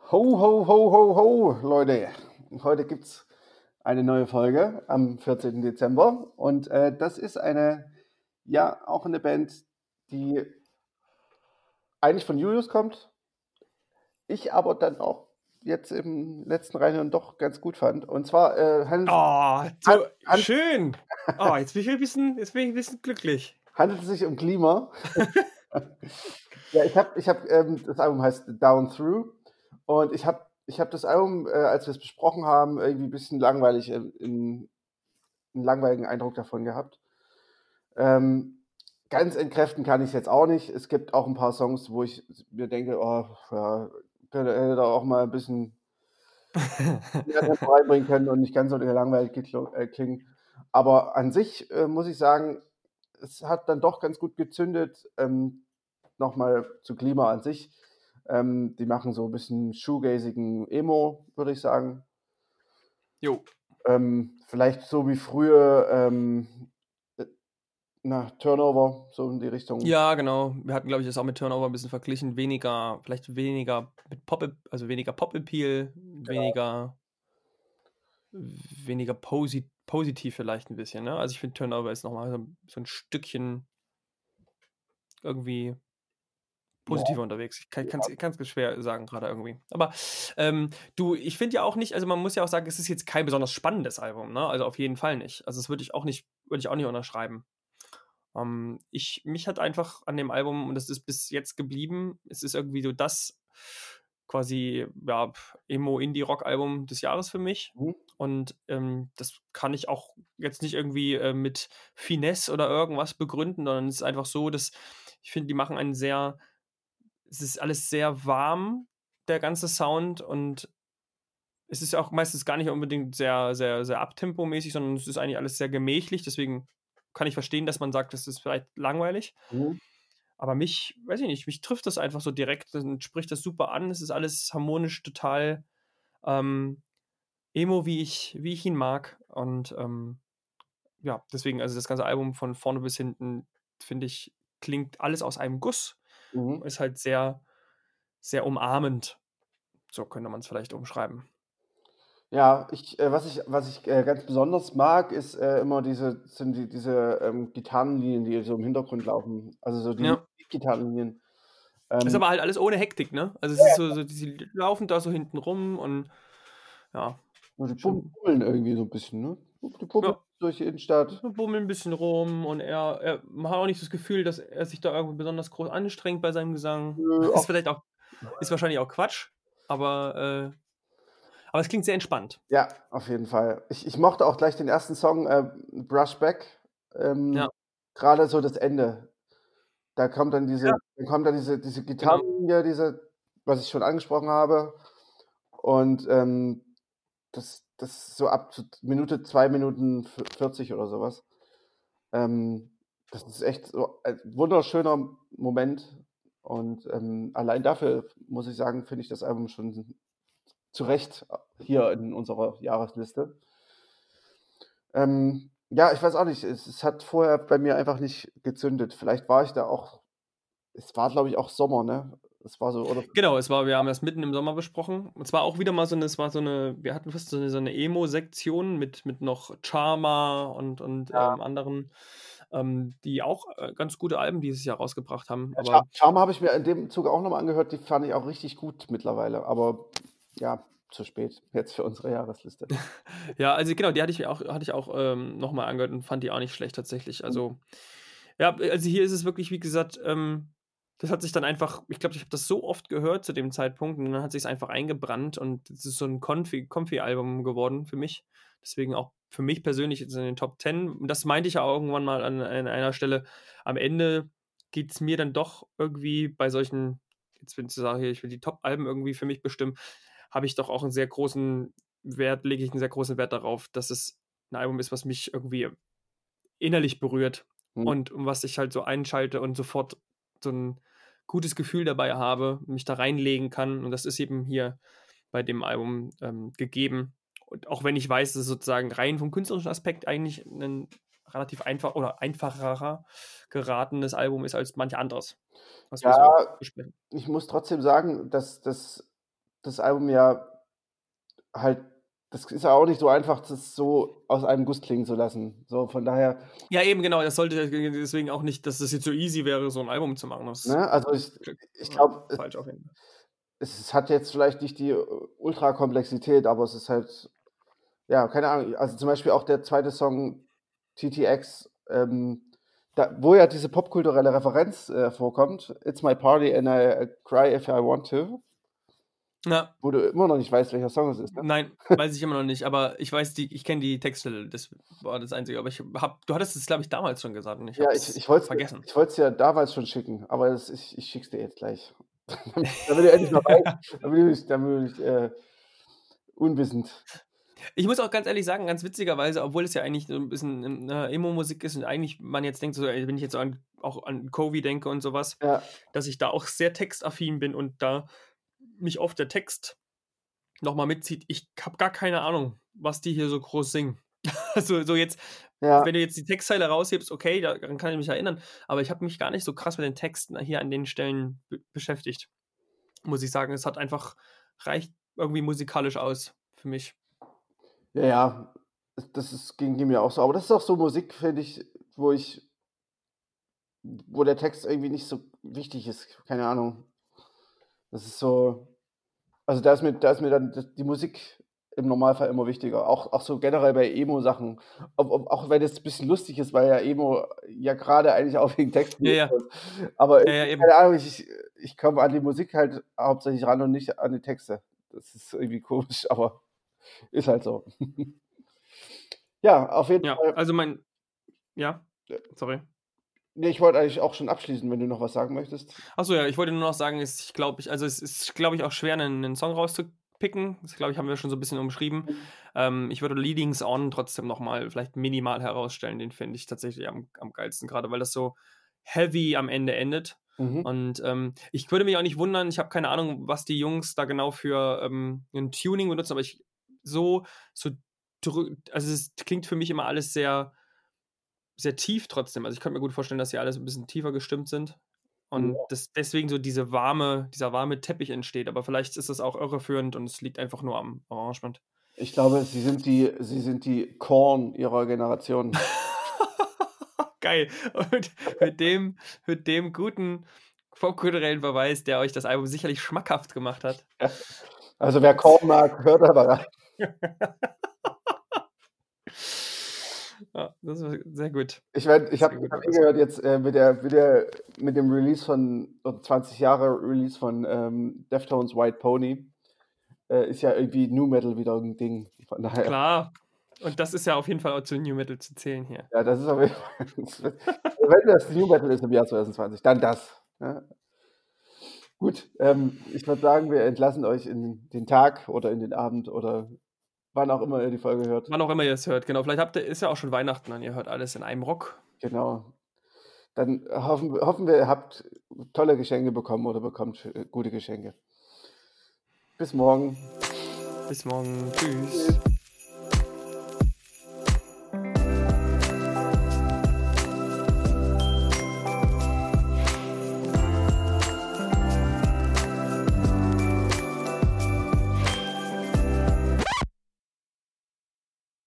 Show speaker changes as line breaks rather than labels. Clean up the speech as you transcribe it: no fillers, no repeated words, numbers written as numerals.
Ho, ho, ho, ho, ho, Leute. Heute gibt es eine neue Folge am 14. Dezember. Und das ist auch eine Band, die eigentlich von Julius kommt. Ich aber dann auch jetzt im letzten Reinhören doch ganz gut fand. Und zwar
Oh,
han-
so
han-
schön. Oh, jetzt bin ich ein bisschen glücklich.
handelt es sich um Klima. Ja, das Album heißt Down Through. Und ich hab das Album, als wir es besprochen haben, irgendwie ein bisschen langweilig, einen langweiligen Eindruck davon gehabt. Ähm, Ganz entkräften kann ich es jetzt auch nicht. Es gibt auch ein paar Songs, wo ich mir denke, oh, ja, hätte da auch mal ein bisschen mehr Tempo reinbringen können und nicht ganz so langweilig klingen. Aber an sich muss ich sagen, es hat dann doch ganz gut gezündet. Nochmal zu Klima an sich. Die machen so ein bisschen shoegazigen Emo, würde ich sagen.
Jo.
Vielleicht so wie früher, äh, Turnover, so in die Richtung.
Ja, genau. Wir hatten, glaube ich, das auch mit Turnover ein bisschen verglichen. Vielleicht weniger mit also weniger Pop-Appeal, weniger positiv vielleicht ein bisschen, ne? Also ich finde, Turnover ist nochmal so ein Stückchen irgendwie
Ja,
positiver unterwegs. Ich kann es schwer sagen gerade irgendwie. Aber du, ich finde ja auch nicht, also man muss ja auch sagen, es ist jetzt kein besonders spannendes Album, ne? Also auf jeden Fall nicht. Also das würde ich auch nicht unterschreiben. Mich hat einfach an dem Album, und das ist bis jetzt geblieben, es ist irgendwie so das quasi, ja, Emo-Indie-Rock-Album des Jahres für mich.
mhm.
Und das kann ich auch jetzt nicht irgendwie mit Finesse oder irgendwas begründen, sondern es ist einfach so, dass ich finde, die machen es ist alles sehr warm, der ganze Sound, und es ist auch meistens gar nicht unbedingt sehr, sehr, sehr abtempomäßig, sondern es ist eigentlich alles sehr gemächlich. Deswegen kann ich verstehen, dass man sagt, das ist vielleicht langweilig.
Mhm.
Aber weiß ich nicht, mich trifft das einfach so direkt, dann spricht das super an. Es ist alles harmonisch, total ähm, Emo, wie ich ihn mag. Und ja, deswegen, also das ganze Album von vorne bis hinten, finde ich, klingt alles aus einem Guss.
Mhm.
Ist halt sehr, sehr umarmend. So könnte man es vielleicht umschreiben.
Ja, was ich ganz besonders mag, ist immer diese Gitarrenlinien, die so im Hintergrund laufen. Also so die
Ja.
Gitarrenlinien.
Ist
Ähm,
aber halt alles ohne Hektik, ne? Also es ist so die laufen da so hinten rum und ja,
die
schon,
bummeln irgendwie so ein bisschen, ne? Die bummeln
ja,
durch die Innenstadt.
bummeln ein bisschen rum, und man hat auch nicht das Gefühl, dass er sich da irgendwie besonders groß anstrengt bei seinem Gesang.
Nö,
Ist
auch,
vielleicht auch ist wahrscheinlich auch Quatsch, aber es klingt sehr entspannt.
ja, auf jeden Fall. Ich mochte auch gleich den ersten Song, Brush Back.
Ja,
Grade so das Ende.
ja,
Dann kommt dann diese
genau.
Gitarrenlinie, was ich schon angesprochen habe. Und das so ab zu Minute, 2 Minuten 40 oder sowas. Das ist echt so ein wunderschöner Moment. Und allein dafür muss ich sagen, finde ich das Album schon zu Recht hier in unserer Jahresliste. Ja, ich weiß auch nicht, es hat vorher bei mir einfach nicht gezündet. Vielleicht war ich da auch, es war, glaube ich, auch Sommer, ne? Es war so, oder?
Genau, wir haben das mitten im Sommer besprochen. Und zwar auch wieder mal wir hatten fast so eine Emo-Sektion mit noch Charma und anderen, die auch ganz gute Alben dieses Jahr rausgebracht haben. Aber
Charme habe ich mir in dem Zuge auch noch mal angehört, die fand ich auch richtig gut mittlerweile, aber ja, zu spät jetzt für unsere Jahresliste.
ja, also genau, die hatte ich auch noch mal angehört und fand die auch nicht schlecht tatsächlich.
Mhm.
Also, ja, also hier ist es wirklich, wie gesagt, das hat sich dann einfach, ich glaube, ich habe das so oft gehört zu dem Zeitpunkt, und dann hat sich's einfach eingebrannt, und es ist so ein Comfy-Album geworden für mich. Deswegen auch für mich persönlich jetzt in den Top 10. Und das meinte ich ja auch irgendwann mal an einer Stelle. Am Ende geht's mir dann doch irgendwie bei solchen, jetzt wenn ich sage, hier, ich will die Top-Alben irgendwie für mich bestimmen, habe ich doch auch einen sehr großen lege ich einen sehr großen Wert darauf, dass es ein Album ist, was mich irgendwie innerlich berührt,
Mhm.
und was ich halt so einschalte und sofort so ein gutes Gefühl dabei habe, mich da reinlegen kann, und das ist eben hier bei dem Album gegeben. Und auch wenn ich weiß, dass es sozusagen rein vom künstlerischen Aspekt eigentlich ein relativ einfacherer geratenes Album ist als manch anderes, was wir so
Ja,
besprechen.
ich muss trotzdem sagen, dass das das Album ja halt, das ist ja auch nicht so einfach, das so aus einem Guss klingen zu lassen. So, von daher,
Ja, eben, genau. Das sollte deswegen auch nicht, dass das jetzt so easy wäre, so ein Album zu machen. Das
ne, also ich
ja,
glaube,
falsch auf jeden Fall.
es hat jetzt vielleicht nicht die Ultrakomplexität, aber es ist halt, ja, keine Ahnung. Also zum Beispiel auch der zweite Song TTX, wo ja diese popkulturelle Referenz vorkommt, It's My Party and I Cry If I Want To,
Ja,
wo du immer noch nicht weißt, welcher Song es ist, ne?
nein, weiß ich immer noch nicht, aber ich weiß, ich kenne die Texte, das war das Einzige. Aber du hattest es, glaube ich, damals schon gesagt und ich
Ja,
habe
ich
es
wollte
vergessen.
es ja damals schon schicken, aber ich schicke es dir jetzt gleich. Damit du endlich mal weißt, damit du nicht unwissend.
Ich muss auch ganz ehrlich sagen, ganz witzigerweise, obwohl es ja eigentlich so ein bisschen Emo-Musik ist und eigentlich man jetzt denkt, so, wenn ich jetzt so auch an Covey denke und sowas,
Ja,
dass ich da auch sehr textaffin bin und da mich oft der Text nochmal mitzieht. Ich habe gar keine Ahnung, was die hier so groß singen. Also so jetzt,
ja.
wenn du jetzt die Textzeile raushebst, okay, daran kann ich mich erinnern, aber ich habe mich gar nicht so krass mit den Texten hier an den Stellen beschäftigt, muss ich sagen. Es hat einfach, reicht irgendwie musikalisch aus für mich.
Ja, ja, ging mir auch so. Aber das ist auch so Musik, finde ich, wo der Text irgendwie nicht so wichtig ist. Keine Ahnung. Das ist so, also da ist mir dann die Musik im Normalfall immer wichtiger. Auch so generell bei Emo-Sachen. Auch wenn es ein bisschen lustig ist, weil ja Emo ja gerade eigentlich auch wegen Texten
Ja,
ist.
ja,
Aber
ja, ja, eben.
keine Ahnung, ich komme an die Musik halt hauptsächlich ran und nicht an die Texte. Das ist irgendwie komisch, aber ist halt so. Ja, auf jeden
Ja,
Fall.
also ja, sorry.
Ne, ich wollte eigentlich auch schon abschließen, wenn du noch was sagen möchtest.
Achso, ja, ich wollte nur noch sagen, es ist, glaube ich, auch schwer, einen Song rauszupicken. Das, glaube ich, haben wir schon so ein bisschen umschrieben. Ich würde Leadings On trotzdem nochmal vielleicht minimal herausstellen. Den finde ich tatsächlich am geilsten, gerade weil das so heavy am Ende endet.
Mhm.
Und ich würde mich auch nicht wundern, ich habe keine Ahnung, was die Jungs da genau für ein Tuning benutzen, aber so also es klingt für mich immer alles sehr, sehr tief trotzdem. Also ich könnte mir gut vorstellen, dass sie alle so ein bisschen tiefer gestimmt sind und
Ja.
dass deswegen so dieser warme Teppich entsteht. Aber vielleicht ist das auch irreführend und es liegt einfach nur am Arrangement.
Ich glaube, sie sind die Korn ihrer Generation.
Geil. Und mit dem guten popkulturellen Beweis, der euch das Album sicherlich schmackhaft gemacht hat.
Ja. Also, wer Korn mag, hört aber rein.
Ja, das war sehr gut.
Ich habe
Sehr gut war das.
gehört jetzt, mit dem Release oder 20 Jahre Release von Deftones White Pony, ist ja irgendwie Nu Metal wieder 'n Ding. Von daher,
Klar. Und das ist ja auf jeden Fall auch zu New Metal zu zählen hier.
ja, das ist auf jeden Fall wenn das Nu Metal ist im Jahr 2020, dann das, ja. Gut, ich würde sagen, wir entlassen euch in den Tag oder in den Abend oder wann auch immer ihr die Folge hört.
Wann auch immer ihr es hört, genau. Vielleicht ist ja auch schon Weihnachten und ihr hört alles in einem Rock.
Genau. Dann hoffen wir, ihr habt tolle Geschenke bekommen oder bekommt gute Geschenke. Bis morgen.
Bis morgen. Tschüss.
Tschüss.